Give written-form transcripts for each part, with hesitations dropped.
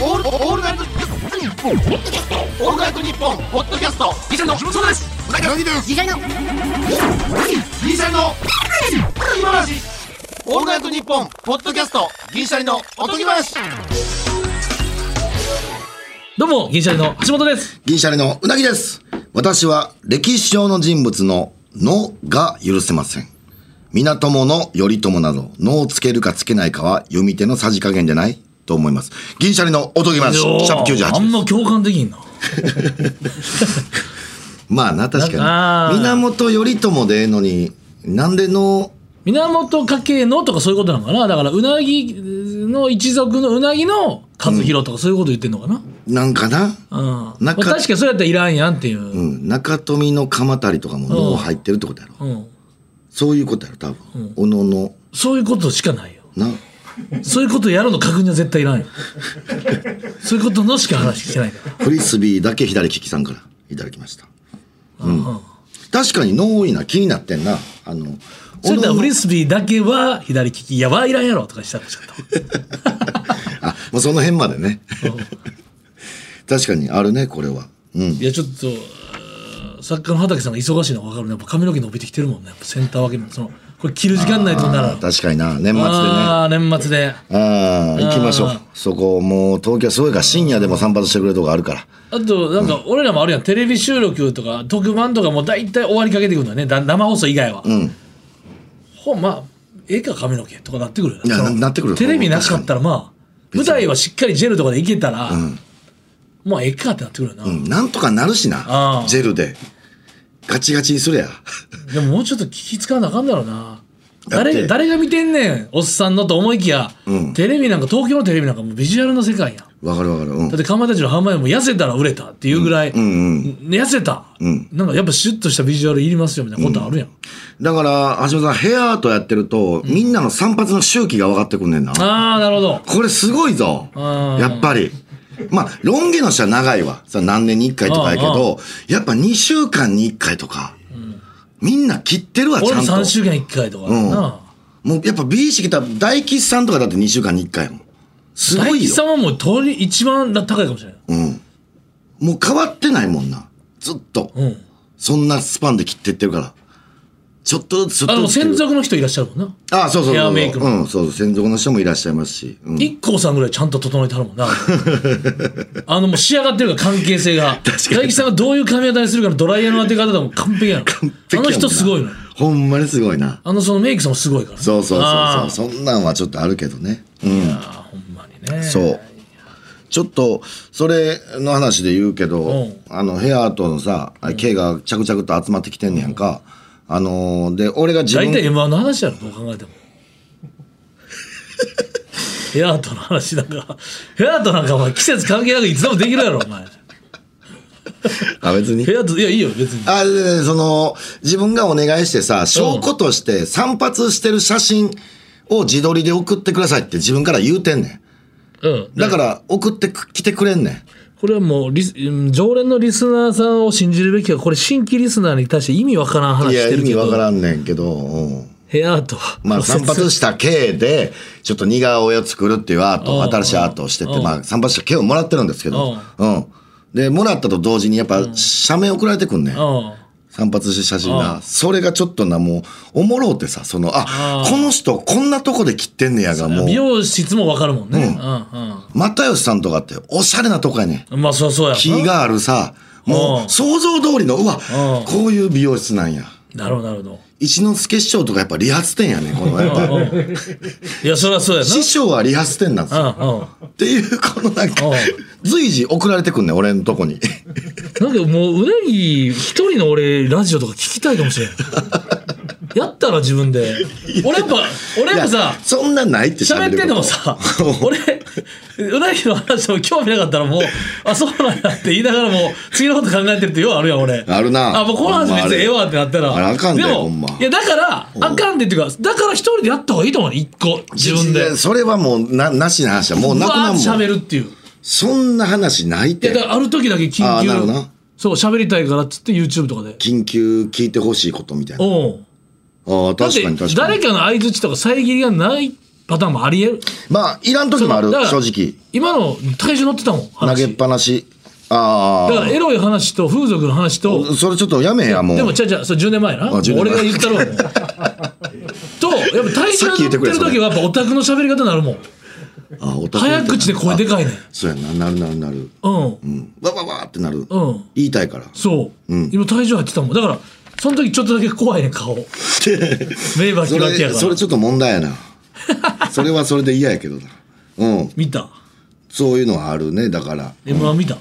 オールナイトニッポンオールナイトニッポンポッドキャストギシャリのそうですうなぎですギシャリの今話オールナイトニッポンポッドキャストギシャリのおとぎ話。 どうも銀シャリの橋本です。 銀シャリのうなぎです。私は歴史上の人物ののが許せません。源の頼朝などのをつけるかつけないかは読み手のさじ加減じゃないと思います。銀シャリのおとぎ話シャープ98です。 あんま共感できんなまあな、確かに源頼朝でええのになんでの源家系のとかそういうことなのかな。だからうなぎの一族のうなぎの和弘とかそういうこと言ってんのかな、 なんかな、 確かにそうやったらいらんやんっていう、 中富の鎌足とかも脳入ってるってことやろ、そういうことやろ多分、おののそういうことしかないよな。 そういうことやるの確認は絶対いらんよそういうことのしか話してないからフリスビーだけ左利きさんからいただきました。確かに脳多いな、気になってんな。 それだフリスビーだけは左利き、いやはいらんやろとかしたらちょっとあ、もうその辺までね確かにあるねこれは、 いやちょっと作家の畑さんが忙しいの分かるね。やっぱ髪の毛伸びてきてるもんね。やっぱセンター分けもこれ切る時間ないとなら確かにな、年末でね。 年末で行きましょう。そこもう東京すごいから深夜でも散髪してくれるとこあるから。 あとなんか俺らもあるやん、テレビ収録とか特番とかも大体終わりかけてくるんだよね、生放送以外は。まあええか髪の毛とかなってくるよね。 いやなってくる。 テレビなかったらまあ舞台はしっかりジェルとかでいけたら、まあええかってなってくるよな。 なんとかなるしな、ジェルでガチガチにするやでももうちょっと気使わなあかんだろうな。誰が見てんねんおっさんのと思いきや、テレビなんか東京のテレビなんかもうビジュアルの世界やん。 わかるわかる、 だってかまいたちの販売も痩せたら売れたっていうぐらい、痩せた、なんかやっぱシュッとしたビジュアルいりますよみたいなことあるやん、 だから橋本さんヘアアートやってると、みんなの散髪の周期が分かってくんねんな。 なるほど。 これすごいぞやっぱり。まあロン毛の人は長いわ、何年に1回とかやけど、やっぱ2週間に1回とか、みんな切ってるわちゃんと。 俺3週間1回とかな、 もうやっぱ美意識だ、大吉さんとかだって2週間に1回やもん。すごいよ。 大吉さんはもう一番高いかもしれない。 もう変わってないもんなずっと、そんなスパンで切ってってるから。ちょっとずつでも専属の人いらっしゃるもんな。 そうヘアメイクのそう専属の人もいらっしゃいますし、 IKKOさんぐらいちゃんと整えてはるもんなもう仕上がってるから関係性が大吉さんがどういう髪型にするかのドライヤーの当て方でも完璧やろ。あの人すごいの。 ほんまにすごいな。 そのメイクさんもすごいから、ね、 そうそんなんはちょっとあるけどね。 いやほんまにね。 そうちょっとそれの話で言うけど、ヘアアートのさ毛が着々と集まってきてんねやんか。で俺が自分大体 M1 の話やろどう考えてもヘアアートの話なんかヘアアートなんかお前季節関係なくいつでもできるやろお前別にヘアアートいやいいよ別に。 自分がお願いしてさ証拠として散髪してる写真を自撮りで送ってくださいって自分から言うてんねん。だから送ってきてくれんねん。 これはもう常連のリスナーさんを信じるべきか、これ新規リスナーに対して意味わからん話してるけど。 いや意味わからんねんけど、 ヘアアート散髪した毛でちょっと似顔絵を作るっていうアート、新しいアートをしてて、散髪した毛をもらってるんですけど、でもらったと同時にやっぱ写メ送られてくんねん。散髪して写真が、それがちょっとなもうおもろうてさ、この人こんなとこで切ってんねやがもう美容室もわかるもんね。 又吉さんとかっておしゃれなとこやねん。 そうや気があるさ、もう想像通りのこういう美容室なんや。 なるほど。 一之輔師匠とかやっぱ理髪店やねんこのやっぱいやそりゃそうやな。 師匠は理髪店なんですよっていうこのなんか随時送られてくんねん俺のとこになんかもううなぎ一人の俺ラジオとか聞きたいかもしれんやったら自分で俺やっぱさそんなないって喋ってんのもさ俺うなぎの話も興味なかったらもうそうなんやって言いながらも次のこと考えてるってようあるやん俺。 あるな。 もうこの話別にええわってなったらあかんでほんま。 いやだからあかんでっていうかだから一人でやった方がいいと思うね。一個自分でそれはもうなしな話はもうなくなるもん。 喋るっていうそんな話ないって。 いやだからある時だけ緊急そう喋りたいからっつって YouTube とかで緊急聞いてほしいことみたいな。確かに誰かの相槌とか遮りがないパターンもありえる。 まあいらん時もある、正直。 今の体重乗ってたもん、 投げっぱなし。ああ。 だからエロい話と風俗の話と。 それちょっとやめや、もう。 でもそれ10年前な。俺が言ったろもう。と、やっぱ体重乗ってる時はやっぱオタクの喋り方になるもん。早口で声でかいねん。 そうやな、なる。わわってなる。言いたいから。 そう。今体重入ってたもん。だから、その時ちょっとだけ怖いねん、顔。目バキバキやから。 それちょっと問題やな。それはそれで嫌やけどな。 見た？ そういうのはあるね、だから。 M1 見た？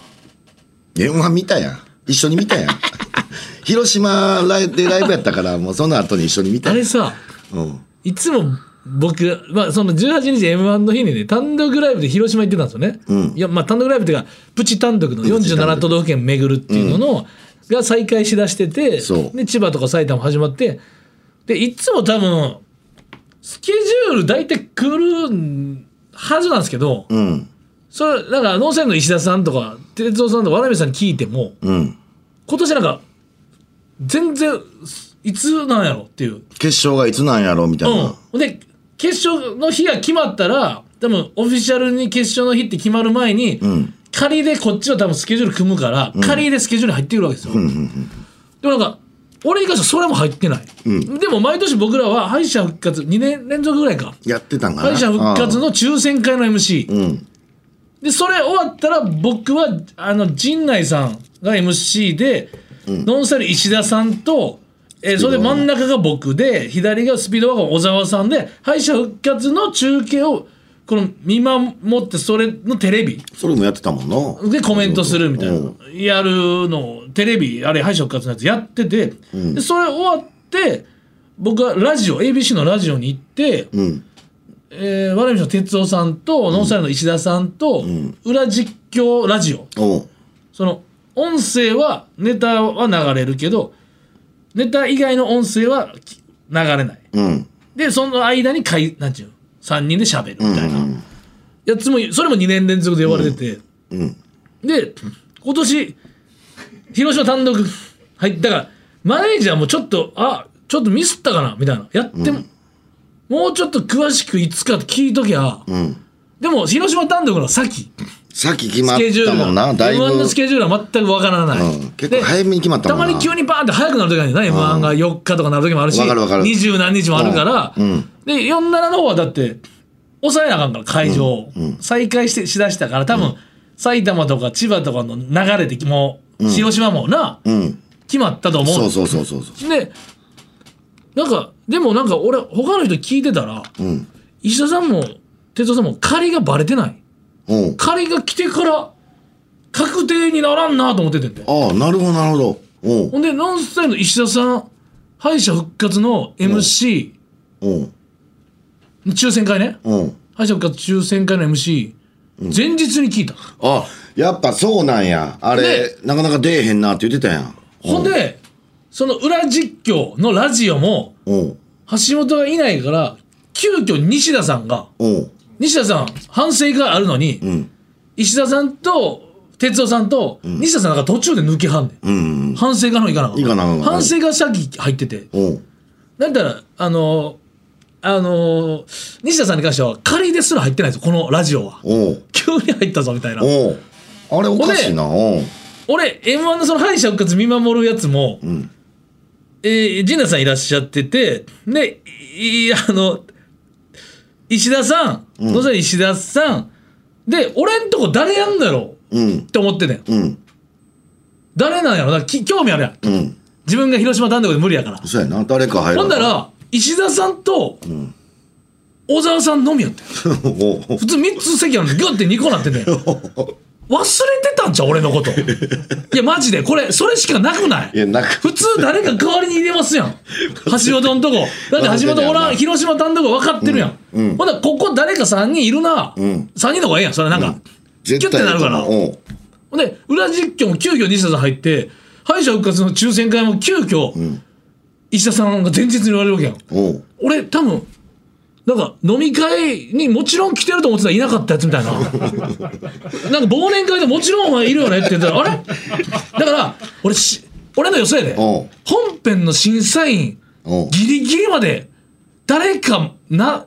M1 見たやん。一緒に見たやん。広島でライブやったから、もうその後に一緒に見た。 あれさ、いつも僕、まあその18日 M1 の日にね、単独ライブで広島行ってたんですよね。いや、まあ単独ライブっていうか、プチ単独の47都道府県巡るっていうのの、が再開しだしてて、で、千葉とか埼玉始まって、で、いつも多分、スケジュール大体来るはずなんですけど、それ、なんか、ノンセンの石田さんとか、哲夫さんとか、わらみさんに聞いても、今年なんか、全然、いつなんやろっていう。 決勝がいつなんやろみたいな。 で、決勝の日が決まったら、多分、オフィシャルに決勝の日って決まる前に、仮でこっちは多分スケジュール組むから、仮でスケジュールに入ってくるわけですよ。でもなんか、俺に関してはそれも入ってない。でも毎年僕らは敗者復活、2年連続ぐらいか。 やってたんかな。 敗者復活の抽選会の MC。で、それ終わったら僕は、陣内さんが MC で、ノンスタイル石田さんと、それで真ん中が僕で、左がスピードワゴン小沢さんで、敗者復活の中継を、この見守ってそれのテレビそれもやってたもんなでコメントするみたいなやるのテレビあれ敗者復活のやつやってて、でそれ終わって僕はラジオ ABC のラジオに行って、わらみの哲夫さんとノンスタイルの石田さんと、裏実況ラジオ、その音声はネタは流れるけどネタ以外の音声は流れない、でその間になんていうの3人で喋るみたいなやつもそれも2年連続で呼ばれてて、で今年広島単独入ったからマネージャーもちょっとミスったかなみたいなやっても、もうちょっと詳しくいつか聞いときゃ、でも広島単独の先決まったもんな。だいぶ M1 のスケジュールは全くわからない、 結構早めに決まったもんな。 たまに急にバーンって早くなる時あるんだよね、M1 が4日とかなる時もあるし、20何日もあるから、で47の方はだって抑えなあかんから会場、再開しだしたから多分、埼玉とか千葉とかの流れでもう、広島もな、決まったと思う。 そうででもなんか俺他の人聞いてたら、石田さんも哲夫さんも仮がバレてない、仮が来てから確定にならんなと思っててんで。 なるほどほんでノンスタイルの石田さん敗者復活の MC、抽選会ね、敗者復活抽選会の MC、前日に聞いた。 やっぱそうなんや。あれなかなか出えへんなって言ってたやん。 ほんでその裏実況のラジオも橋本がいないから急遽西田さんが、西田さん反省があるのに、石田さんと哲夫さんと、西田さんが途中で抜けはんねん、反省がのいかなかった。反省が先入ってて、だったら西田さんに関しては仮ですら入ってないんですよこのラジオは。急に入ったぞみたいな。あれおかしいな。 俺 M1 のその敗者復活見守るやつも、陣内さんいらっしゃってて、で石田さん、どうせ石田さんで俺んとこ誰やんだろう、って思ってたよ、誰なんやろな、興味あるやん、自分が広島単独で無理やから。 そうやな、誰か入る。 ほんだら石田さんと小沢さんのみやって普通3つ席あるのにグッて2個なってて忘れてたんちゃう俺のこと。いやマジでこれそれしかなくない。普通誰か代わりに入れますやん橋本のとこだって橋本おらん広島単独分かってるやん、ほんだらここ誰か3人いるな、3人の方がええやんそれなんか、キュッてなるから。ほんで裏実況も急遽西田さん入って敗者復活の抽選会も急遽、石田さんが前日に言われるわけやん。俺多分なんか飲み会にもちろん来てると思ってたらいなかったやつみたいななんか忘年会でもちろんはいるよねって言ったらあれだから俺の予想やで、本編の審査員ギリギリまで誰か分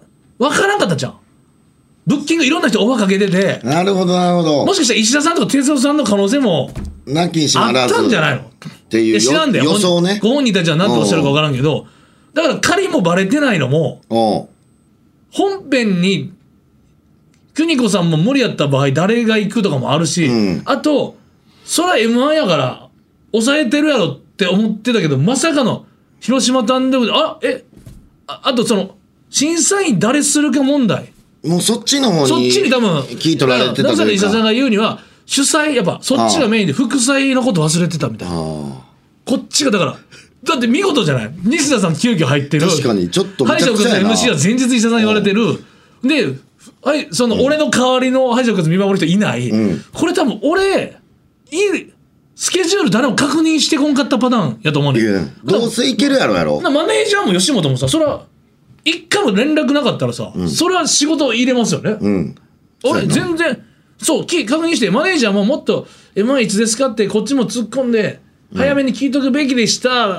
分からんかったじゃん。ブッキングいろんな人オファーかけてて、 なるほどなるほど。 もしかしたら石田さんとか哲夫さんの可能性もなきにしもあっあらずたんじゃないのっていう知らんで予想ね。 ご本人たちは何とおっしゃるか分からんけど、だから仮もバレてないのも、本編に邦子さんも無理やった場合誰が行くとかもあるし、あとそら M1 やから抑えてるやろって思ってたけど、まさかの広島単独であとその審査員誰するか問題、 もうそっちの方に多分聞い取られてたというか。 なぜか石田さんが言うには主催やっぱそっちがメインで副催のこと忘れてたみたいな。こっちがだって見事じゃない。西田さん急遽入ってる。 確かにちょっとめ敗ちゃくちゃやな。 者復活 MC は前日石田さん言われてる。で、その俺の代わりの敗者復活見守る人いない。これ多分スケジュール誰も確認してこんかったパターンやと思うねん。 どうせいけるやろやろ。 マネージャーも吉本もさ、それは一回も連絡なかったらさ、それは仕事入れますよね。俺全然確認して、マネージャーももっと M1 いつですかってこっちも突っ込んで早めに聞いとくべきでした、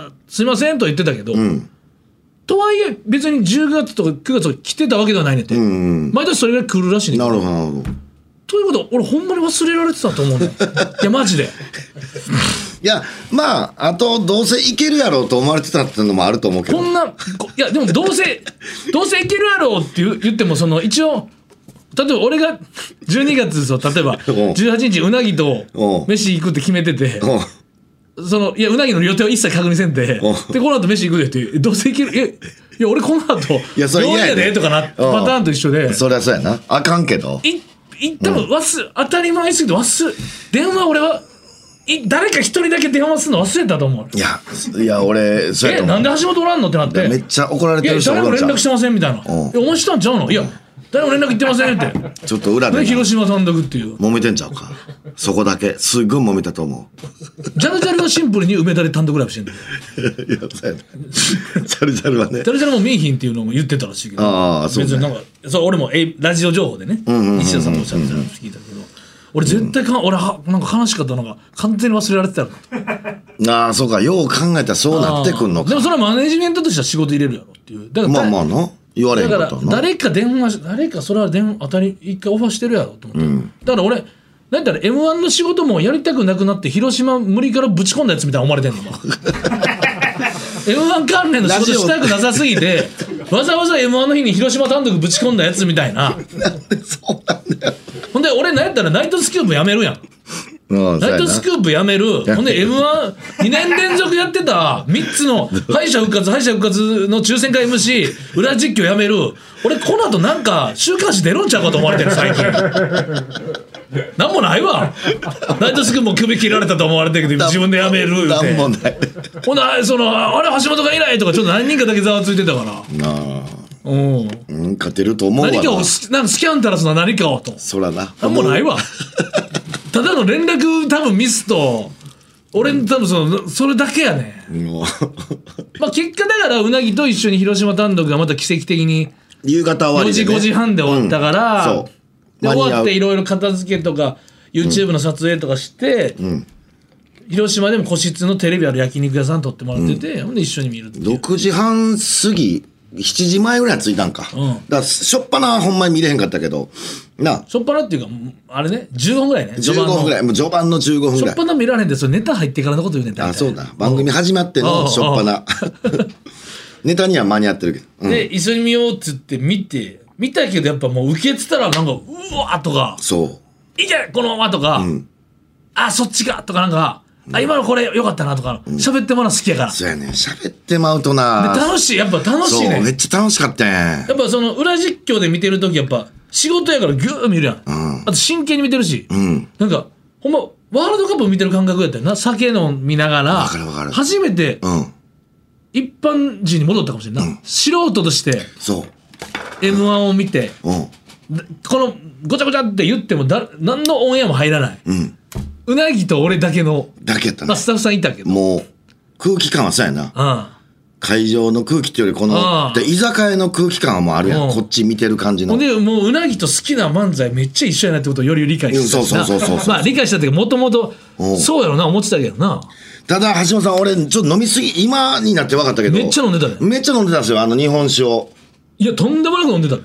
すいませんと言ってたけど、とはいえ別に10月とか9月とか来てたわけではないねんて、毎年それぐらい来るらしいねん。 なるほどなるほど。 ということは俺ほんまに忘れられてたと思うねん。いやマジでいやまああとどうせいけるやろうと思われてたっていうのもあると思うけど、 いやでもどうせいけるやろうって言っても、その一応例えば俺が12月例えば18日うなぎと飯行くって決めてて、いやうなぎの予定は一切確認せんで、でこの後飯行くでってどうせいける、いや俺この後それ嫌やでとかなパターンと一緒で、 そりゃそうやな、あかんけど多分当たり前すぎて電話俺は誰か一人だけ電話するの忘れたと思う。 いや俺そうやと思う。 なんで橋本おらんのってなって、 めっちゃ怒られてる人おるんちゃう。 誰も連絡してませんみたいな。お前したんちゃうの。いや誰も連絡行ってませんってちょっと裏で広島単独っていう揉めてんちゃうか。そこだけすっごい揉めたと思う。ジャルジャルはシンプルに梅田で単独ライブしてんの。 いやそうやな。ジャルジャルはね、 ジャルジャルも見えひんっていうのも言ってたらしいけど、 そうね、 別になんか俺もラジオ情報でね、西田さんとおっしゃってたの聞いたけど、俺絶対俺なんか悲しかったのが完全に忘れられてたの。そうか、よう考えたらそうなってくんのか。 でもそれはマネジメントとしては仕事入れるやろっていう。だからまあな言われへんかったな。 誰かそれは当たり一回オファーしてるやろと思って、だから俺なんだろ M1 の仕事もやりたくなくなって広島無理からぶち込んだやつみたいに思われてんのM1 関連の仕事したくなさすぎてわざわざ M1 の日に広島単独ぶち込んだやつみたいな。 なんでそうなんだよ。 ほんで俺なんやったらナイトスクープやめるやん。ナイトスクープやめる。ほんで M12 年連続やってた3つの敗者復活の抽選会 MC 裏実況やめる。俺この後なんか週刊誌出るんちゃうかと思われてる最近。なんもないわ。ナイトスクープも首切られたと思われてるけど自分でやめる言うて。 なんもない。 ほんであれ橋本がいないとかちょっと何人かだけざわついてたから。勝てると思うわな。 何かをなんかスキャンタラスな何かをと。 そらな。 なんもないわ。ただの連絡多分ミスと俺多分それだけやね。まあ結果だからうなぎと一緒に広島単独がまた奇跡的に夕方終わりで、ね、 4時5時半で終わったから、で終わっていろいろ片付けとか YouTube の撮影とかして、広島でも個室のテレビある焼肉屋さん撮ってもらってて、ほんで一緒に見るっていう。 6時半過ぎ7時前ぐらい着いたんか、だからしょっぱなほんまに見れへんかったけどな。 しょっぱなっていうかあれね15分ぐらいね。 15分ぐらいもう序盤の15分ぐらい。 しょっぱな見られへんでそれネタ入ってからのこと言うねん。 そうだ、番組始まってのしょっぱなネタには間に合ってるけど、 で一緒に見ようっつって見たけどやっぱもう受けてたらなんかうわとかいけこのままとか、そっちかとかなんか今のこれよかったなとか喋ってもらうの好きやから。 そうやね、喋ってまうとな。 楽しい、やっぱ楽しいね。 めっちゃ楽しかったね。 やっぱその裏実況で見てる時やっぱ仕事やからギュー見るやん、あと真剣に見てるし、なんかほんまワールドカップ見てる感覚やったよな。酒飲みながら初めて一般人に戻ったかもしれんない、素人としてM1 を見て、このごちゃごちゃって言っても何のオンエアも入らない、うなぎと俺だけやったな。スタッフさんいたけどもう空気感はそうやな、会場の空気っていうよりこので居酒屋の空気感はもうあるやん、こっち見てる感じの。 ほんでもううなぎと好きな漫才めっちゃ一緒やなってことをより理解したしな。まあ理解したっていうかもともとそうやろな思ってたけどな。 ただ橋本さん俺ちょっと飲みすぎ今になって分かったけどめっちゃ飲んでたね。 めっちゃ飲んでたんですよ日本酒を。 いやとんでもなく飲んでたね。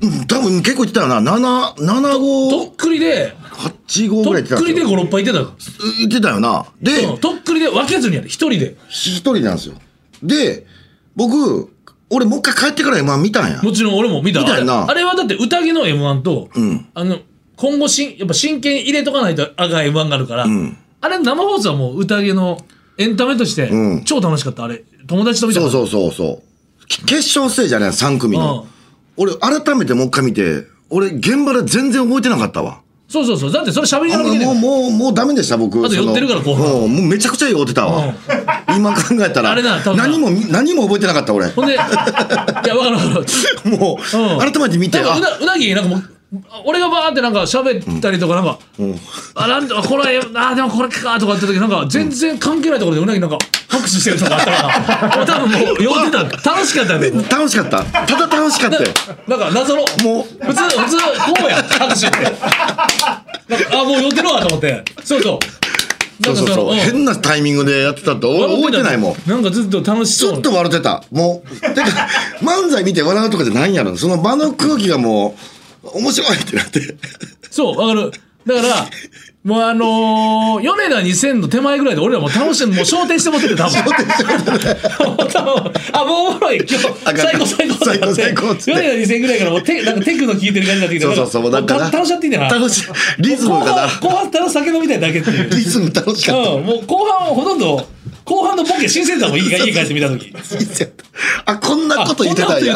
多分結構いってたよな。7号。 とっくりで、 8号ぐらいいってたんですよ。 とっくりで5、6杯いってたか言ってたよな。で、 とっくりで分けずにやる、一人で。 一人なんですよ。で、俺もう一回帰ってから M1 見たんや。 もちろん俺も見た。 見たよな。 あれはだって宴の M1 と、今後やっぱ真剣に入れとかないとあが M1 があるから、あれ生放送はもう宴のエンタメとして超楽しかった、あれ。友達と見たから。 そう。決勝ステージじゃない3組の。俺改めてもう一回見て、俺現場で全然覚えてなかったわ。 そう。だってそれ喋りながら見てね。 もうダメでした僕。 あと酔ってるから後半。 もうめちゃくちゃ酔ってたわ。今考えたら。 あれな、多分何も覚えてなかった俺。 ほんで、いや分かる。 もう改めて見て。 うなぎなんかもう。俺がバーってなんか喋ったりとかなんか、これでもこれかとか言った時なんか全然関係ないところでうなぎなんか拍手してるとかあったから多分もう酔ってた楽しかったね。 楽しかった。ただ楽しかったよ。 なんか謎のもう普通こうや拍手ってもう酔ってるわと思ってそう変なタイミングでやってたって覚えてないもん。 なんかずっと楽しそう。 ずっと笑ってた。もうてか漫才見て笑うとかじゃないんやろ。その場の空気がもう面白いってなってそうわかる。だからもう米田2000の手前ぐらいで俺らもう楽しんでもう昇天して持ってて多分もうおもろい今日最高米田2000ぐらいからもうなんかテクノ聞いてる感じになってきてそうだから楽しちゃっていいんだな。 リズムがな後半ただ酒飲みたいだけっていうリズム楽しかった。 もう後半はほとんど後半のボケ新鮮だもん家帰ってみた時こんなこと言ってたんや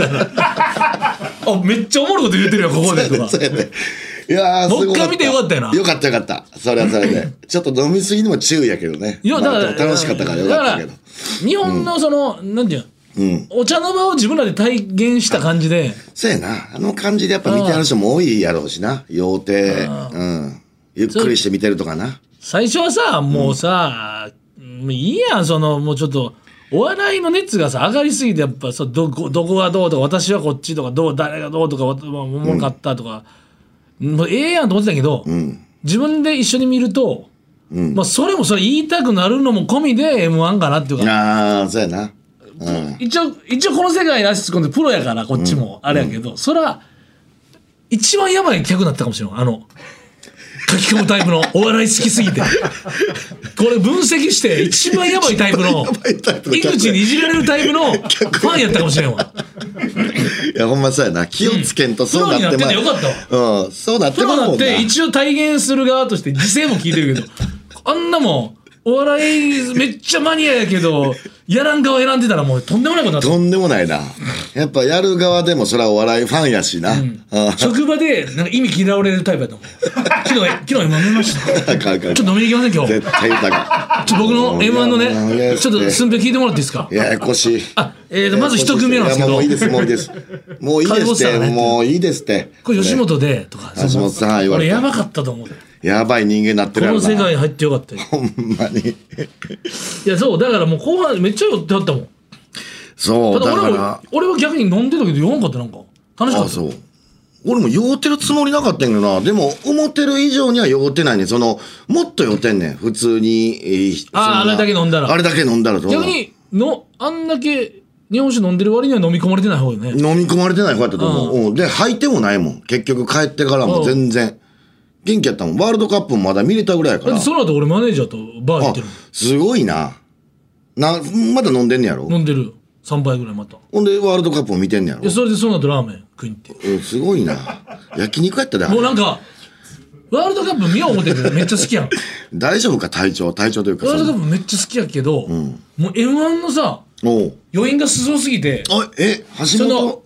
めっちゃおもろいこと言ってるよここでとかいやもう一回見てよかったよな。 よかったそれはそれでちょっと飲みすぎにも注意やけどね。 いやだから楽しかったからよかったけど日本のそのなんていうお茶の間を自分らで体現した感じでそうやなあの感じでやっぱ見てある人も多いやろうしな酔うてゆっくりして見てるとかな。 最初はさもうさいいやんそのもうちょっとお笑いの熱がさ上がりすぎてやっぱどこがどうとか私はこっちとか誰がどうとかおもろかったとか、もうええやんと思ってたけど、自分で一緒に見ると、それも言いたくなるのも込みで M1 かなっていうか。 そうやな、 一応この世界に足突っ込んでプロやからこっちもあれやけど、そら一番やばい客だったかもしれない書き込むタイプのお笑い好きすぎてこれ分析して一番やばいタイプの井口にいじられるタイプのファンやったかもしれんわ。 いやほんまそうやな気をつけんとそうなってプロになっててよかったわ。 そうなってプロになって一応体現する側として時勢も聞いてるけどあんなもんお笑いめっちゃマニアやけどやらん側選んでたらもうとんでもないことになってとんでもないな。やっぱやる側でもそれはお笑いファンやしな、 職場でなんか意味嫌われるタイプやと思う。昨日飲みましたちょっと飲みに行きません今日。 絶対言うたか僕の M1 のねちょっと寸評聞いてもらっていいですか。 ややこしい。 まず一組目なんですけどもういいですもういいですってもういいですってこれ吉本でとか橋本さん言われて俺やばかったと思う。 やばい人間になってるやろな。 この世界入ってよかったよほんまに。 いやそうだからもう後半めっちゃ酔ってはったもん。 そうだから俺は逆に飲んでたけど酔わんかったなんか楽しかった。 そう俺も酔ってるつもりなかったんやけどな。でも思ってる以上には酔ってないね。もっと酔ってんねん普通に。 あれだけ飲んだらと逆にあんだけ日本酒飲んでる割には飲み込まれてない方よね。 飲み込まれてない方やったと思う。で吐いてもないもん結局帰ってからも全然元気やったもん。ワールドカップもまだ見れたぐらいやから。 その後俺マネージャーとバー行ってる。 すごいな。まだ飲んでんねやろ。 飲んでる3杯ぐらいまた。 ほんでワールドカップも見てんねやろ。 それでその後ラーメン食いに行って。 すごいな。焼肉やったで。 もうなんかワールドカップ見よう思ってるけどめっちゃ好きやん。 大丈夫か体調というか。 ワールドカップめっちゃ好きやけど、もう M1 のさ余韻がすごすぎて橋本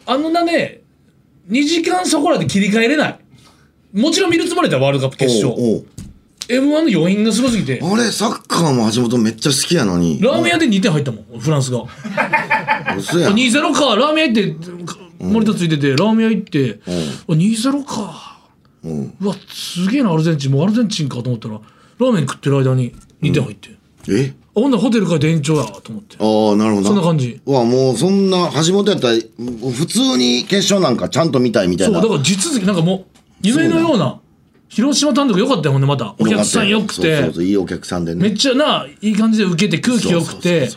2時間そこらで切り替えれない。もちろん見るつもりだワールドカップ決勝。M1 の余韻がすごすぎて。 あれサッカーも橋本めっちゃ好きやのに。 ラーメン屋で2点入ったもんフランスが。 嘘やん。 2-0かラーメン屋行ってモニターついててラーメン屋行って2-0か。うわすげえなアルゼンチンもうアルゼンチンかと思ったらラーメン食ってる間に2点入って。ほんならホテル帰って延長やと思って。 なるほど。 そんな感じ。 もうそんな橋本やったら普通に決勝なんかちゃんと見たいみたいな。 そうだから地続きなんかもう夢のような広島単独良かったよほんでまたお客さん良くてそういいお客さんでね。 めっちゃいい感じで受けて空気良くて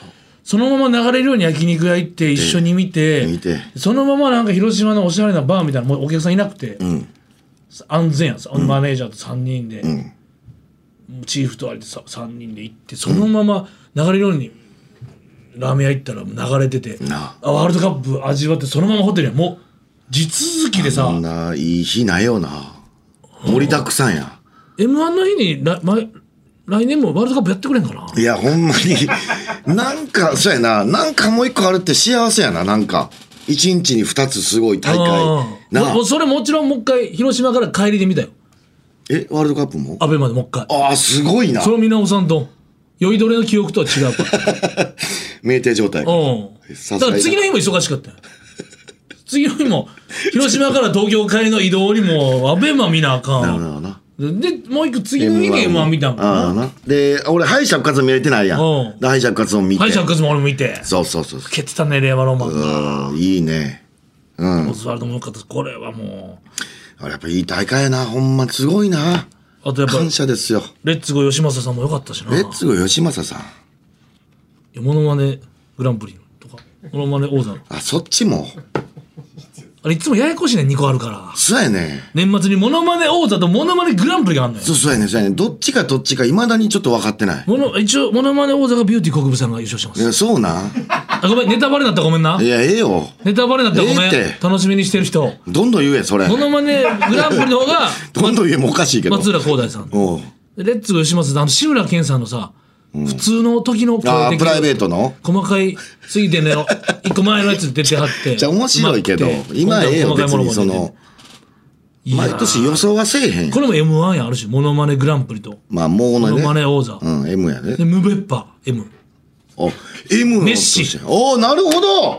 そのまま流れるように焼肉屋行って一緒に見てそのままなんか広島のおしゃれなバーみたいなもうお客さんいなくて、安全やん、マネージャーと3人で、チーフとあれで3人で行ってそのまま流れるようにラーメン屋行ったら流れてて、ワールドカップ味わってそのままホテルやもう地続きでさ、 そんないい日ないよな。盛りだくさんや。 M1 の日に来年もワールドカップやってくれんかな。 いやほんまになんかそうやな、なんかもう一個あるって幸せやな。なんか1日に2つすごい大会な。 それもちろんもう一回広島から帰りで見たよ。 ワールドカップもアベマでもう一回。 ああすごいな。 それを見直さんと酔いどれの記憶とは違うから酩酊状態。 だから次の日も忙しかったよ。次の日も広島から東京帰りの移動にもアベマ見なあかん。 なるほどな。 でもう一個次の日に M1 見たんかな。 で俺敗者復活も見れてないやん。敗者復活も見て。 敗者復活も俺も見て。 そう蹴ってたね令和ロマンが。 いいね。 オズワルドもよかった。これはもうやっぱいい大会やな。ほんますごいな。 あとやっぱ感謝ですよ。 レッツゴー吉正さんもよかったしな。 レッツゴー吉正さんモノマネグランプリとかモノマネ王座のそっちもあれいつもややこしいね2個あるから。 そうやね。 年末にモノマネ王座とモノマネグランプリがあるのよ。 そうやね。どっちかいまだにちょっと分かってない。 一応モノマネ王座がビューティー国分さんが優勝してます。 いやそうな。 ごめんネタバレになったらごめんな。 いやよネタバレになったらごめん。楽しみにしてる人どんどん言えそれ。 モノマネグランプリの方がどんどん言えもおかしいけど。 松浦航大さんレッツゴー吉正さん志村けんさんのさ普通の時の声的プライベートの細かいすぎてね一個前のやつ出てはってじゃあ面白いけど今よ別にその毎年予想はせえへん。 これも M1 やあるしモノマネグランプリとモノマネ王座 M やね。 でムベッパ M M のメッシなるほど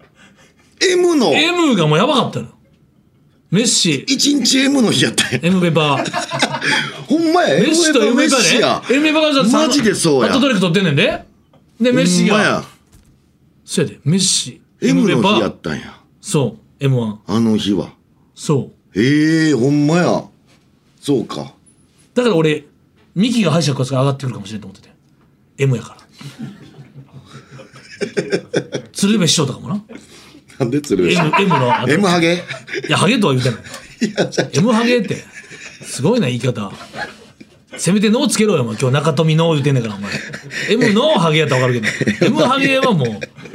M がもうやばかったの。メッシ一日 M の日やったんや。 エムベバほんまや。 メッシとエムベバね。エムベバがマジでそうや。 ハットトリック取ってんねんで。でメッシがそうやでメッシ M の日やったんや。 そう M1 あの日はそうほんまや。そうか。 だから俺ミキが敗者復活が上がってくるかもしれんと思ってて M やから鶴瓶師匠とかもな。 なんで鶴瓶師匠 M の M ハゲ。 いやハゲとは言うてないM ハゲってすごいな言い方。せめてノーつけろよ。今日中富ノー言うてんねんからお前 M ノーハゲやったら分かるけど M ハゲはもう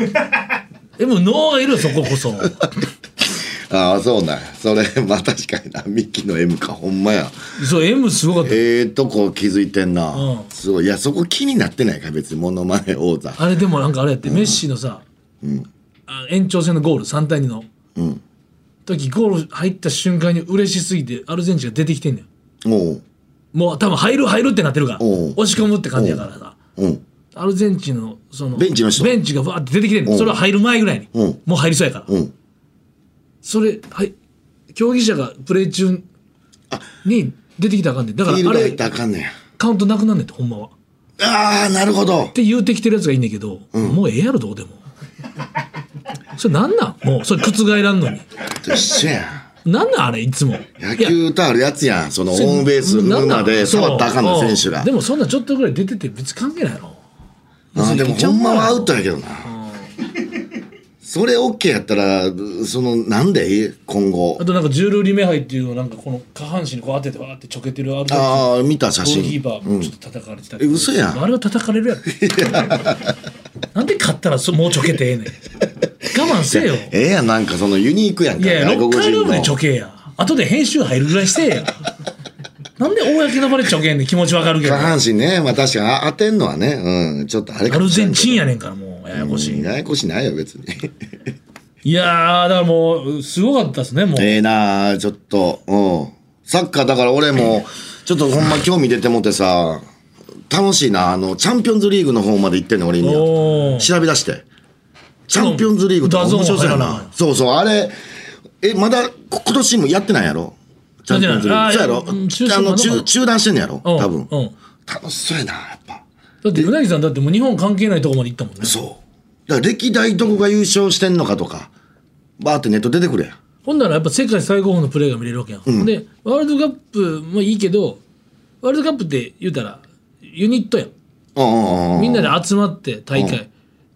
M ノーがいるよそここそそうなんや。それまあ確かにな。ミッキーの M かほんまや。 そう M すごかった。 こう気づいてんな。すごい。いやそこ気になってないか別にモノマネ王座。 あれでもなんかあれやってメッシのさ延長戦のゴール3対2の時ゴール入った瞬間に嬉しすぎてアルゼンチンが出てきてんねん。もう多分入るってなってるから押し込むって感じやからさアルゼンチンのそのベンチがバーって出てきてんねん。それは入る前ぐらいにもう入りそうやからそれ競技者がプレー中に出てきたらあかんねん。だからあれカウントなくなんねんってほんまは。 なるほどって言うてきてるやつがいいんねんけどもうええやろどうでも。それなんなんもうそれ覆らんのに一緒やん。なんなんあれいつも野球とあるやつやん。そのホームベース沼で触ったらあかんの選手が。 でもそんなちょっとぐらい出てて別に関係ないの。 でもほんまはアウトやけどな。それ OK やったらなんで今後。 あとなんかジュール・リメハイっていうのなんかこの下半身にこう当ててわーってちょけてる見た写真。 ゴールキーパーちょっと叩かれてたけど。 嘘やん。 あれは叩かれるやろなんで勝ったらもうちょけてええねん。我慢せえよ。 やんなんかそのユニークやんか。 いやロッカールームでちょけや。後で編集入るぐらいしてや。なんで公の場でちょけんねん。気持ちわかるけど。 下半身ねまあ確かに当てんのはねちょっとあれかアルゼンチンやねんからもうややこしい。 ややこしないよ別にいやだからもうすごかったですねもう。 なちょっとサッカーだから俺もちょっとほんま興味出てもってさ楽しいな。チャンピオンズリーグの方まで行ってんの俺今調べ出してチャンピオンズリーグとか面白そうやな。そうあれまだ今年もやってないやろチャンピオンズリーグ。そうやろ中断してんのやろ多分楽しそうやなやっぱ。 だってうなぎさんだってもう日本関係ないとこまで行ったもんね。 そうだから歴代どこが優勝してんのかとかバーってネット出てくれや。 ほんならやっぱ世界最高峰のプレーが見れるわけやん、でワールドカップもいいけどワールドカップって言うたらユニットやん、みんなで集まって大会、チ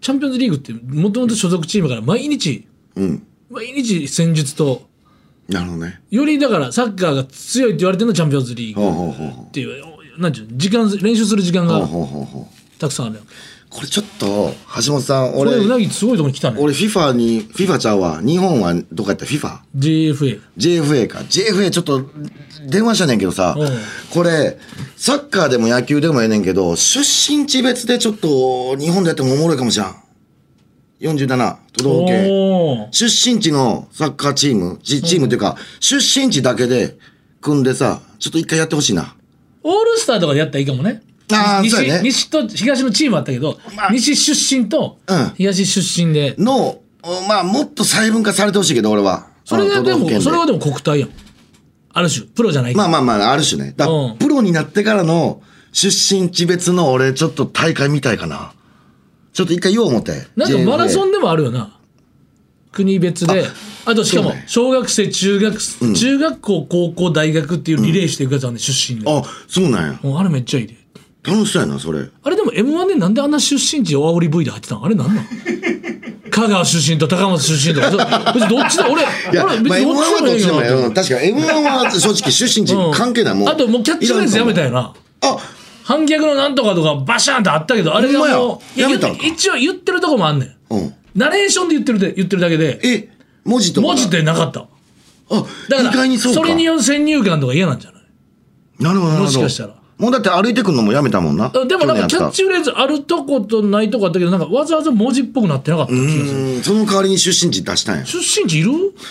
チャンピオンズリーグってもともと所属チームから毎日戦術と、 なるほどね。 よりだからサッカーが強いって言われてるのチャンピオンズリーグっていう、なんていうの、時間練習する時間がたくさんあるやん。 これちょっと橋本さん、 これうなぎすごいとこに来たね。 俺 FIFA ちゃうわ。日本はどこやった？ JFA か。 JFA ちょっと電話したねんけどさ、これサッカーでも野球でもええねんけど、出身地別でちょっと日本でやってもおもろいかもしらん。47都道府県出身地のサッカーチームっていうか、出身地だけで組んでさ、ちょっと一回やってほしいな。 オールスターとかでやったらいいかもね。西と東のチームあったけど、西出身と東出身での、まあもっと細分化されてほしいけど、俺はそれはでも国体やん、ある種プロじゃないけど、 まあある種ね。だからプロになってからの出身地別の俺ちょっと大会見たいかな。ちょっと一回言おう思って。 なんかマラソンでもあるよな、国別で。あとしかも小学生、中学校、高校、大学っていうリレーしていくやつあるね、出身で。 あ、そうなんや。 あれめっちゃいいで。 楽しそうやな、それ。 あれでも M1 でなんであんな出身地おあおり V で入ってたの？あれなんなん？香川出身と高松出身とか、別にどっちだ、俺別にどっちでもいいよ。確か M1 は正直出身地関係ないもん。 あともうキャッチフレーズやめたよな。反逆のなんとかとかバシャンってあったけど、あれがもうやめたんか。 一応言ってるとこもあんねん。ナレーションで言ってるだけで。文字ってなかった。だからそれによる先入観とか嫌なんじゃない？ なるほど。 もしかしたら。 もうだって歩いてくるのもやめたもんな。 でもなんかキャッチフレーズあるとことないとこあったけど、なんかわざわざ文字っぽくなってなかった気がする。 その代わりに出身地出したんや。 出身地いる？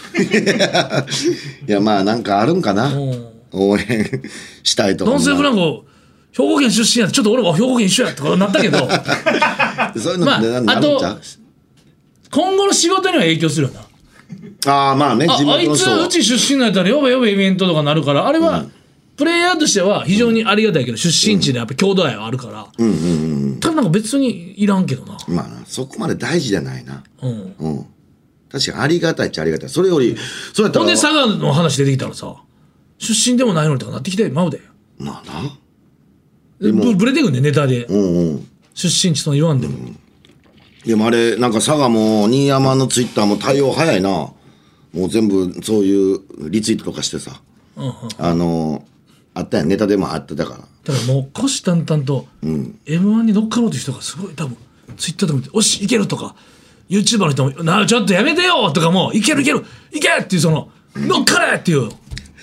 いやまあなんかあるんかな。応援したいとか。 男性ブランコ兵庫県出身やって、ちょっと俺も兵庫県一緒やとかなったけどそういうのってあと今後の仕事には影響するよな。 まあね、 あいつうち出身のやったら呼べイベントとかなるから、あれはプレイヤーとしては非常にありがたいけど、出身地でやっぱ郷土愛はあるから、ただなんか別にいらんけどな。 まあな、そこまで大事じゃないな。確かにありがたいっちゃありがたい。それよりそうやったら、 ほんで佐賀の話出てきたらさ、出身でもないのにとかなってきてまうで。 まあな、 ブレてくんね、ネタで。出身地と言わんでも。 いや、あれなんか佐賀も新山のツイッターも対応早いな。もう全部そういうリツイートとかしてさ、あったやん、ネタでもあってたから。 だからもう虎視眈々と M1 に乗っかろうという人がすごい、多分ツイッターとか見て「おしいける」とか YouTuber の人も「ちょっとやめてよ」とかも「いけるいけるいけ!」っていう、その「乗っかれ!」っていう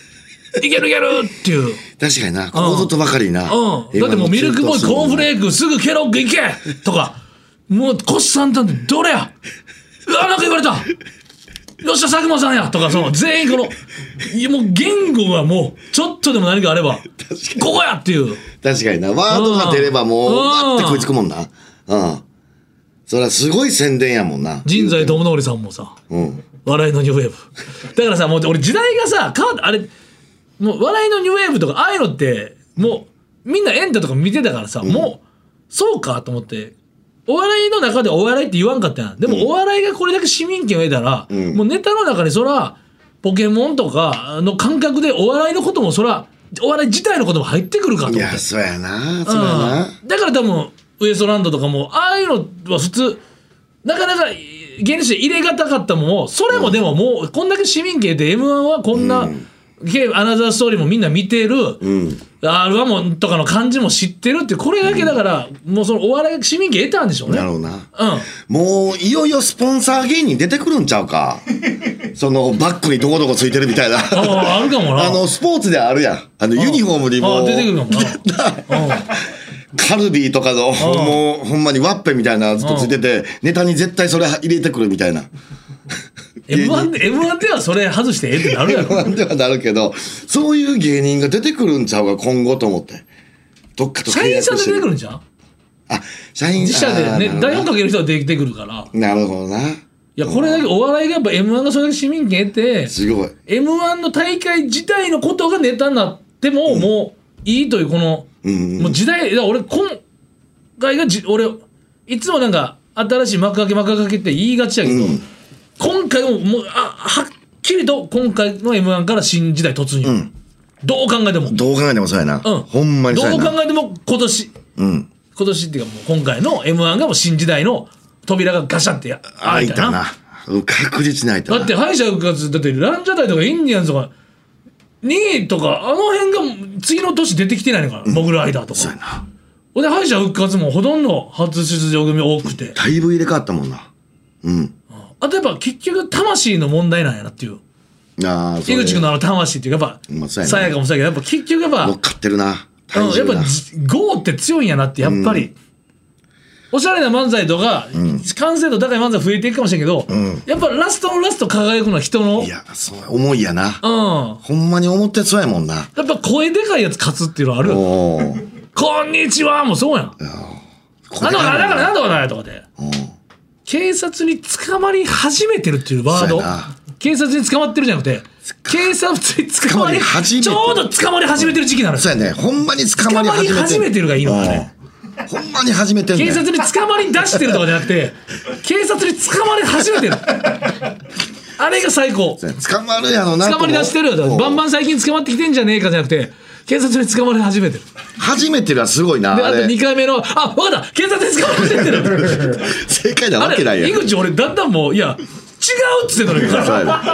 「いけるいける!」っていう。 確かにな、ここぞとばかりな。 だってもうミルクボーイコーンフレークすぐケロッグいけとか、もう虎視眈々で「どれやうわなんか言われたよっしゃ佐久間さんや」とか、その全員このもう言語がもうちょっとでも何かあればここやっていう。 確かにな、ワードが出ればもうわって食いつくもんな。それはすごい宣伝やもんな。 陣在智則さんもさ、笑いのニューウェーブだからさ、もう俺時代がさ変わって、あれもう笑いのニューウェーブとかああいうのってもうみんなエンタとか見てたからさ、もうそうかと思って、お笑いの中でお笑いって言わんかったやん。でもお笑いがこれだけ市民権を得たら、もうネタの中にそらポケモンとかの感覚でお笑いのこともそらお笑い自体のことも入ってくるかと思って。 いやそうやな、そうやな。 だから多分ウエストランドとかもああいうのは普通なかなか芸人として入れがたかったものを、それもでももうこんだけ市民権で M1 はこんな、アナザーストーリーもみんな見てる、R1 もとかの感じも知ってるって、これだけだから、もうそのお笑い市民権得たんでしょうね。 なるほどな。もういよいよスポンサー芸人出てくるんちゃうか。そのバックにどこどこついてるみたいな。 あるかもな。 スポーツであるやん。ユニフォームにも出てくるかもな。 カルビーとかのもうほんまにワッペンみたいなずっとついてて、ネタに絶対それ入れてくるみたいな。 M1 ではそれ外してってなるやろ。 M1 ではなるけど、そういう芸人が出てくるんちゃうか今後と思って。どっかと社員さんで出てくるんじゃん。 社員自社でね、台本かける人が出てくるから。 なるほどな。 いや、これだけお笑いがやっぱ M1 がそれだけ市民権得て、 すごい M1 の大会自体のことがネタになっても、もういいというこの、もう時代、俺今回が俺いつもなんか新しい幕開けって言いがちやけど、今回もうはっきりと今回の M1 から新時代突入、どう考えてもそうやな、ほんまにそうやな。 どう考えても今年っていうかもう今回の M1 がもう新時代の扉がガシャって開いたな。 確実に開いたな。 だって敗者復活、だってランジャタイとかインディアンズとか2位とかあの辺が次の年出てきてないのかな、モグライダーとか。 そうやな。 ほんで敗者復活もほとんど初出場組多くて。 だいぶ入れ替わったもんな。 あとやっぱ結局魂の問題なんやなっていう。井口君の魂っていうかやっぱさやかもそうやけどやっぱ結局やっぱ乗っかってるな。やっぱGOって強いんやなってやっぱり。おしゃれな漫才とか、完成度高い漫才増えていくかもしれんけど、やっぱラストのラスト輝くのは人の。 いや、そう思いやな。ほんまに思ってそうやもんな。 やっぱ声でかいやつ勝つっていうのある。こんにちはもうそうやん。なんとかだよとかで。警察に捕まり始めてるっていうワード。警察に捕まってるじゃなくて、警察に捕まり始めてる。ちょうど捕まり始めてる時期なの。 そうやね。ほんまに捕まり始めてるがいいのかね。 ほんまに始めてるね。 警察に捕まり出してるとかじゃなくて、警察に捕まり始めてる。あれが最高。 捕まるやろな。 捕まり出してるよ。バンバン最近捕まってきてんじゃねえかじゃなくて、警察に捕まり始めてる。 初めてるはすごいな。 で、あと2回目の、分かった、警察に捕まり始めてる。 正解なわけないやん。 井口俺だんだんもう、いや、違うっつってんのに。違う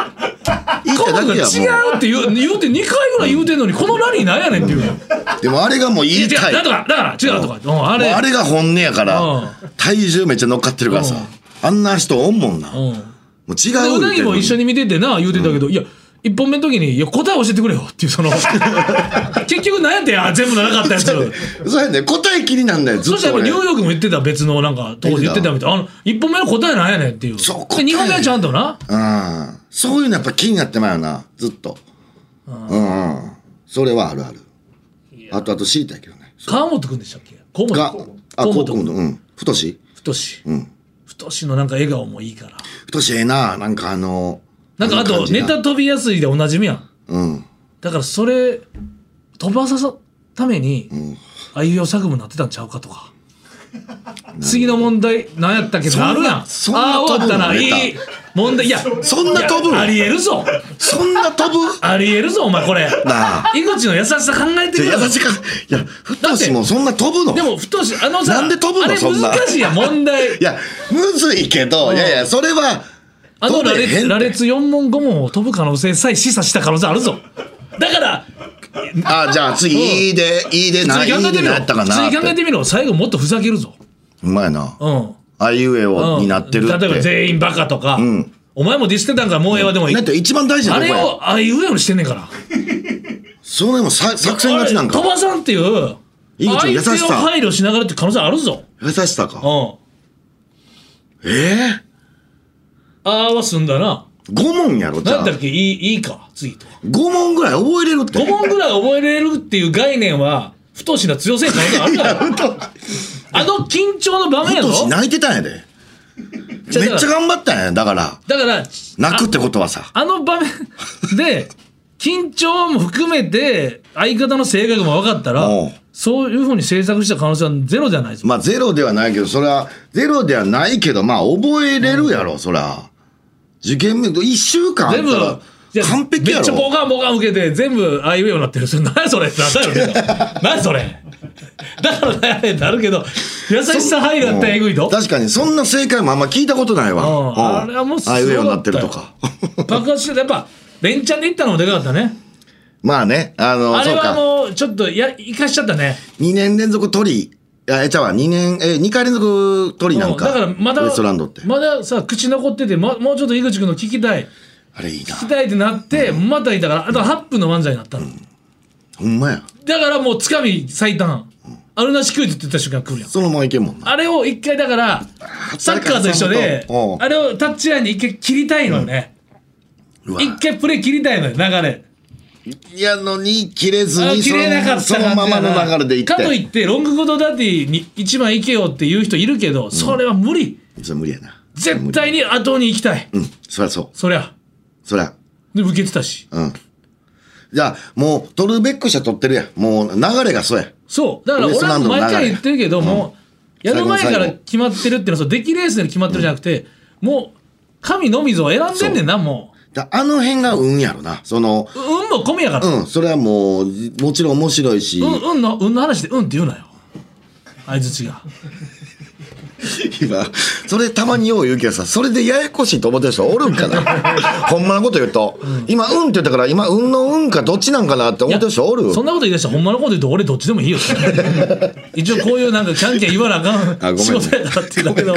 って言うて2回ぐらい言うてんのに、このラリーなんやねんっていう。 でもあれがもう言いたい。 だから違うとか。 あれが本音やから、体重めっちゃ乗っかってるからさ。あんな人おんもんな。もう違う。 うなぎも一緒に見ててな、言うてたけど、いや、1本目の時に、いや、答え教えてくれよっていう、その、結局何やってん全部なかったやつ。 そうやね、答え気になんだよ、ずっと。 そしたらニューヨークも言ってた、別のなんか、とこで言ってたみたいな。1本目の答えなんやねんっていう。そう、2本目はちゃんとな。 そういうのやっぱ気になってまうよな、ずっと。それはあるある。あと知りたいけどね。 川本くんでしたっけ？河本。太し太しのなんか笑顔もいいから。 太しええな、なんかなんかあとネタ飛びやすいでおなじみやん。だからそれ飛ばさすためにあいうえお作文になってたんちゃうかとか。次の問題何やったっけどあるやん。ああ終わったな。いい問題。いやそんな飛ぶありえるぞ。 そんな飛ぶありえるぞお前これ。井口の優しさ考えてくれ。 優しかいや太しもそんな飛ぶの。 でも太しさなんで飛ぶのそんな。 難しいや問題。 いやむずいけどいやそれは。 羅列4問5問を飛ぶ可能性さえ示唆した可能性あるぞ。だからじゃあ次いいで何やったかな。 次考えてみろ。最後もっとふざけるぞ。 うまいな。あいうえおになってるって。 例えば全員バカとか。お前もディスってたんからもうええわでもいい。 だって一番大事なあれをあいうえおにしてんねんから。 それも作戦勝ちなんか。 飛ばさんっていう相手を配慮しながらって可能性あるぞ。 優しさか。 あーは済んだな。 5問やろ。 なんだっけいいか次と。 5問ぐらい覚えれるって。 5問ぐらい覚えれるっていう概念は太しな強さにあるからあの緊張の場面やろ。 太し泣いてたんやで。めっちゃ頑張ったんや。だから泣くってことはさ、 あの場面で緊張も含めて相方の性格も分かったらそういうふうに制作した可能性はゼロじゃないですか。 まあゼロではないけど、それはゼロではないけど、まあ覚えれるやろ、そりゃ。受験目1週間あったら完璧やろ。 めっちゃボカンボカン受けて全部あいうえおになってる。何それってなったよ。何それ。だから悩めってあるけど、優しさ配慮やったらえぐいと。 確かにそんな正解もあんま聞いたことないわ。 あれはもうすごあいうえおになかったよ。 ってるとか。 爆発してやっぱ連チャンでいったのもでかかったね。 まあね、 あれはもうちょっと生かしちゃったね。 2年連続取り、2回連続取りなんか。 だからまだウエストランドってまださ口残ってて、もうちょっと井口君の聞きたい。 あれいいな。 聞きたいってなって、またいたからあと8分の漫才になったの。 ほんまや。 だからもうつかみ最短。あるなしクイズって言った瞬間来るやん。 そのままいけんもんな。 あれを一回だからサッカーと一緒であれをタッチラインで一回切りたいのよね。一回プレー切りたいのよ流れ。 いやのに切れずに切れなかったそのままの流れでいって。 かといってロングコートダディに一番行けよっていう人いるけど、それは無理。 それ無理やな。 絶対に後に行きたい。 そりゃそう。 そりゃで受けてたし。 じゃあもう取るべくして取ってるやん。もう流れがそうや。 そうだから俺は毎回言ってるけども、やる前から決まってるっていうのは出来レースで決まってるじゃなくて、もう神のみぞ選んでんねんな。もうあの辺が運やろな。その運も込みやから。 それはもちろん面白いし。 運の話でって言うなよ。相づちが。 今それたまによう言うけどさ、それでややこしいと思ってる人おるんかなほんまのこと言うと、今って言ったから今のかどっちなんかなって思ってる人おる。 そんなこと言い出したらほんまのこと言うと俺どっちでもいいよ一応こういうなんかキャンキャン言わなあかん仕事やからっていうだけど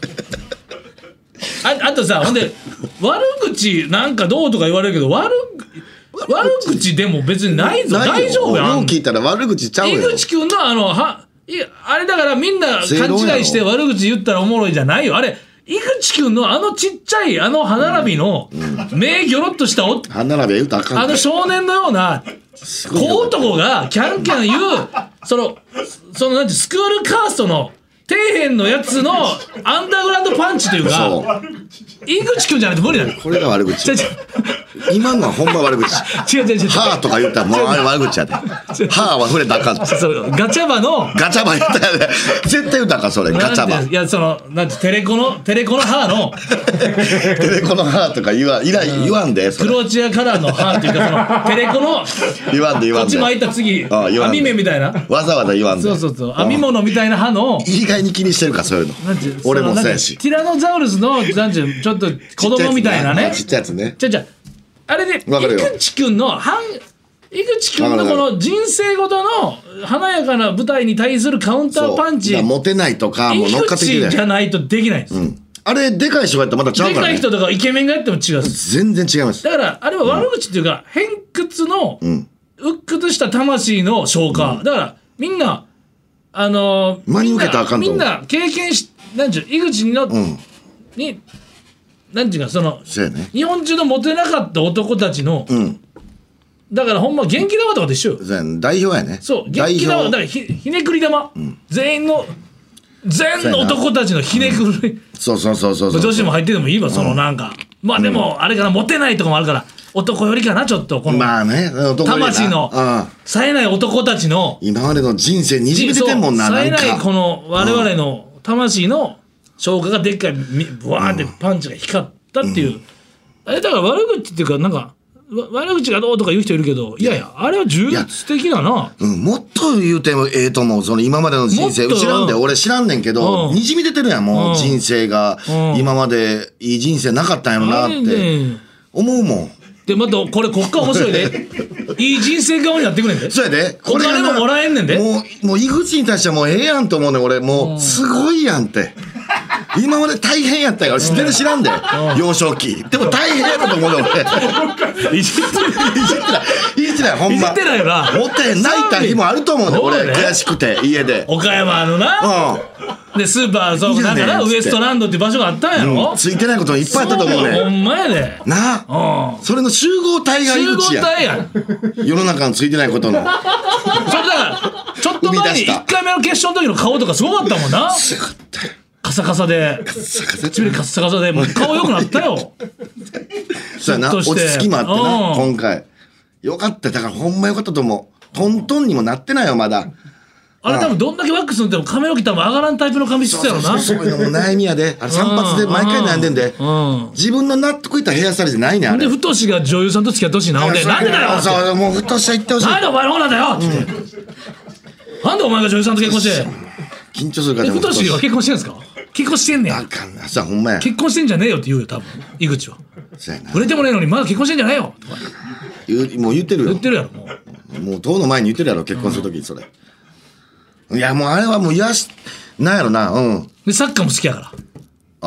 あとさ、ほんで悪口なんかどうとか言われるけど悪口でも別にないぞ。大丈夫やん。 よう聞いたら悪口ちゃうよ。 井口くんのあれだからみんな勘違いして悪口言ったらおもろいじゃないよ。あれ井口くんのちっちゃい歯並びの目ギョロッとした歯並びは言うとあかん。 少年のような小男がキャンキャン言うそのなんてスクールカーストの底辺のやつのアンダーグラウンドパンチというか井口くんじゃないと無理なの。 これが悪口。今のはほんま悪口。 違う。 歯とか言ったらもうあれ悪口やで。歯は触れたらあかん。 ガチャバのガチャバ言ったら絶対言うたらあかんそれ。ガチャバ。 いやなんてテレコの歯のテレコの歯とか言わんで。 クロアチアカラーの歯っていうかテレコの言わんで。 こっち巻いた次網目みたいな。 わざわざ言わんで。 そう編み物みたいな歯の。 意外に気にしてるかそういうの。俺もそうやし。 ティラノザウルスのなんていうちょっと子供みたいなね。 ちっちゃいやつね。 あれで井口くんのこの人生ごとの華やかな舞台に対するカウンターパンチ、 モテないとかもう乗っかってきて井口じゃないとできないんです、 あれでかい人がやったらまたちゃうからね。 でかい人とかイケメンがやっても違う。 全然違います。 だからあれは悪口っていうか、偏屈の鬱屈した魂の消化、だからみんな真に受けたらあかんと思う。 みんな経験しなんちゅう井口の、になんていうかそうやね。 日本中のモテなかった男たちの、だからほんま元気玉とかと一緒よ。 代表やね。 そう元気玉だからひねくり玉、全の男たちのひねくり、 そう女子も入っててもいいわ、そのなんかまあでもあれかな、モテないとかもあるから男よりかな、ちょっとこのまあね、 魂の冴えない男たちの今までの人生にじみ出てんもんな。 冴えないこの我々の魂の消化がでっかいブワーってパンチが光ったっていう、あれだから悪口っていうかなんか悪口がどうとか言う人いるけど、いやあれは充実的だな。 もっと言うてもええと思う。その今までの人生知らんで、俺知らんねんけど、にじみ出てるやん。もう人生が今までいい人生なかったんやろなって思うもん。 でまたこっから面白いでいい人生側になってくれんで。 そうやで。 お金ももらえんねんで。 もう井口に対してはもうええやんと思うねん俺。もうすごいやんって今まで大変やったよ。知ってる知らんで幼少期でも大変やったと思うねん俺。いじってないほんま。いじってないよな。もって泣いた日もあると思うねん俺。悔しくて家で岡山のなでスーパーそうなんかなウエストランドっていう場所があったんやろ。 ついてないこともいっぱいあったと思うねん。 ほんまやでなあ。それの集合体が井口や。世の中についてないことのそれだからちょっと前に1回目の決勝の時の顔とかすごかったもんな。 すごかった。 カサカサで唇カッサカサでもう顔良くなったよそうやな。落ち着きもあってな今回よかった。だからほんまよかったと思う。トントンにもなってないよまだ。 あれ多分どんだけワックス塗っても髪の毛多分上がらんタイプの髪質やろな。 そういうのも悩みやで。あれ散髪で毎回悩んでんで。自分の納得いったヘアスタイルじゃないねんあれ。 で太が女優さんと付き合ってほしいな。なんでだよ。 そうもう太は言ってほしい。 なんでお前の方なんだよって言って。なんでお前が女優さんと結婚して。 緊張するから。 太が結婚してんすか。結婚してんねん。 あかんな。さほんまや。 結婚してんじゃねえよって言うよ多分井口は。売れてもねえのにまだ結婚してんじゃねえよとか。 もう言ってるよ。 言ってるやろもう党の前に言ってるやろ結婚するときにそれ。いやもうあれはもうなんやろな。 でサッカーも好きやから。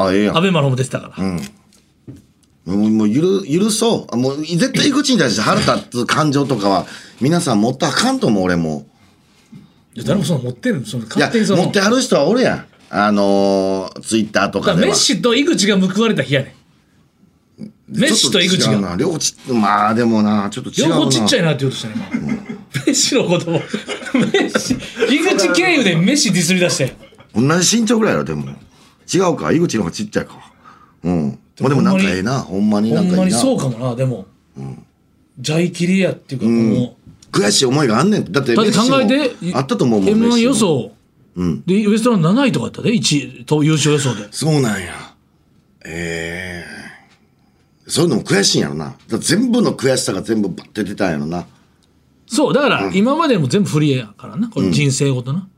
あええやん。 アベマのも出てたから。 もう許そう。もう絶対井口に対して腹立つ感情とかは皆さん持ったらあかんと思う俺も。 いや誰もその持ってるその勝手に持ってはる人はおるやん。ツイッターとかでは。 メッシと井口が報われた日やねん。メッシと井口が。 まあでもなちょっと違うな。 両方ちっちゃいなって言おうとしたね今。メッシのことをメッシ井口経由でメッシディスり出して。 同じ身長ぐらいやろでも違うか井口の方がちっちゃいか。まあでもなんかええなほんまになんかいいな。 ほんまにそうかもなでも。ジャイキリやっていうかこの悔しい思いがあんねん。だって考えてあったと思うもん。 M1 予想でウエストランド7位とかやったで1位と優勝予想で。 そうなんや。そういうのも悔しいんやろな。全部の悔しさが全部バッて出たんやろな。 そうだから今までも全部フリーやからなこれ人生ごとな。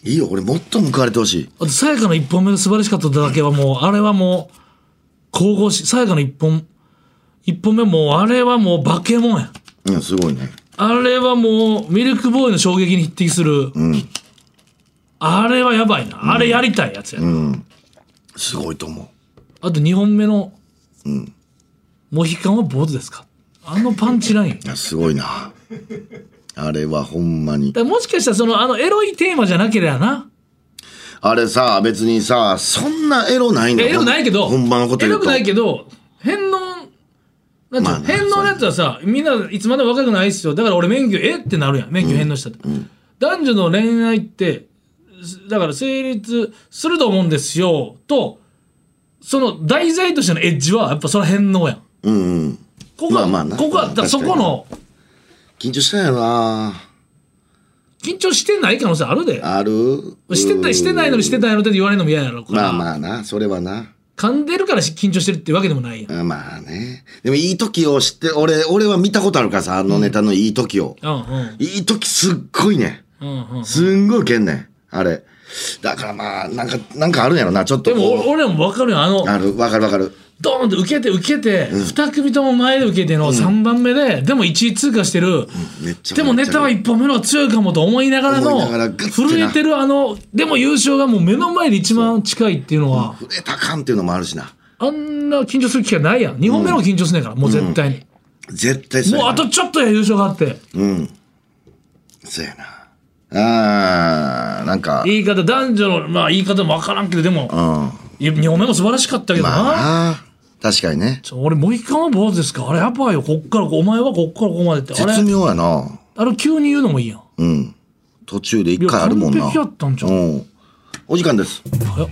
いいよ、俺もっと報われてほしい。 あとさやかの1本目の素晴らしかっただけはもうあれはもう神々しい。さやかの1本目もうあれはもう化け物や。 いやすごいね。 あれはもうミルクボーイの衝撃に匹敵する、あれはやばいな、あれやりたいやつやな、 すごいと思う。 あと2本目の、モヒカンは坊主ですか、あのパンチライン。 いやすごいな。あれはほんまに。 だもしかしたらあのエロいテーマじゃなければな。 あれさ別にさそんなエロないんだよ。 エロないけど、 本番のこと言うとエロくないけど返納なんていう返納のやつはさ、みんないつまでも若くないっすよ。だから俺免許ってなるやん。免許返納したって、男女の恋愛ってだから成立すると思うんですよと、その題材としてのエッジはやっぱそれ返納やん。ここはだからそこの緊張したんやろな。 緊張してない可能性あるで。 ある。 してないのにしてたやろって言われるのも嫌やろから。 まあな、それはな。 噛んでるから緊張してるってわけでもないやん。 まあね。でもいい時を知って、俺は見たことあるからさ、あのネタのいい時を。いい時すっごいね。すんごいけんねん。あれ。だからまあ、なんかあるんやろな、ちょっと。 でも俺もわかるよ、 ある、わかる。 ドーンって受けて、2組とも前で受けての3番目で、でも1位通過してる。でもネタは1本目の方が強いかもと思いながらの、震えてるでも優勝がもう目の前で一番近いっていうのは。 震えたかんっていうのもあるしな。 あんな緊張する機会ないやん。2本目の緊張すんねんから、もう絶対に。 絶対そうやな。 もうあとちょっとや優勝があって。 そうやな。なんか。 言い方、男女の、まあ言い方もわからんけど、でも、2本目も素晴らしかったけどな。 まあ確かにね。 俺モヒカンは坊主ですか、あれやばいよ。こっからお前はこっからここまでって。 絶妙やな。 あれ急に言うのもいいやん。途中で一回あるもんな。 完璧やったんちゃう。 お時間です。 早っ。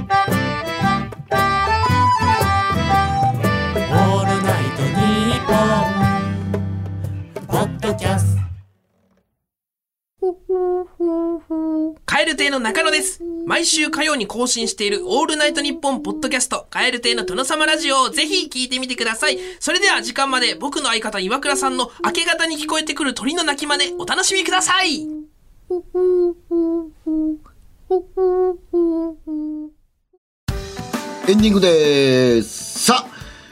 蛙亭の中野です。毎週火曜に更新しているオールナイトニッポンポッドキャスト蛙亭の殿様ラジオをぜひ聞いてみてください。それでは時間まで僕の相方岩倉さんの明け方に聞こえてくる鳥の鳴き真似お楽しみください。 エンディングでーす。さあ、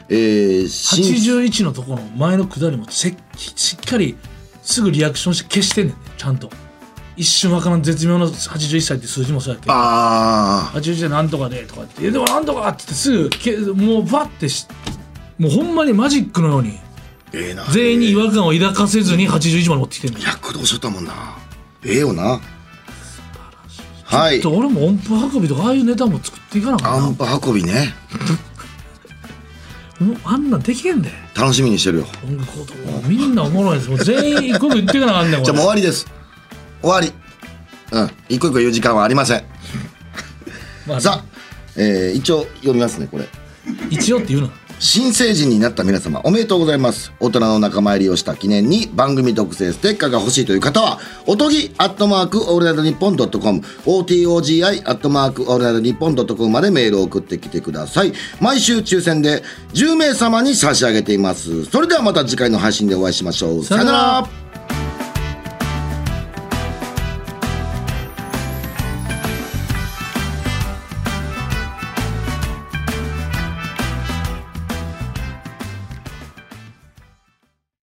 81のところの前のくだりもしっかりすぐリアクションして消してんねんね、ちゃんと。一瞬わからん絶妙な81歳って数字もそうやけど、81歳なんとかでとかってでもなんとかってすぐもうバッてもうほんまにマジックのように全員に違和感を抱かせずに81まで持ってきてんの。 躍動しとったもんな。よな。はい。 ちょっと俺も音符運びとかああいうネタも作っていかなかった。 音符運びね。 もうあんなんできへんで。 楽しみにしてるよ。 みんなおもろいです。もう全員一個一個言っていかなあかんねん。 じゃあもう終わりです。終わり。一個一個言う時間はありません。さあ、一応読みますねこれ。 一応って言うの。 新成人になった皆様おめでとうございます。大人の仲間入りをした記念に番組特製ステッカーが欲しいという方はおとぎ@オールナイトニッポン.com OTOGI @オールナイトニッポン.comまでメールを送ってきてください。毎週抽選で10名様に差し上げています。それではまた次回の配信でお会いしましょう。さよなら。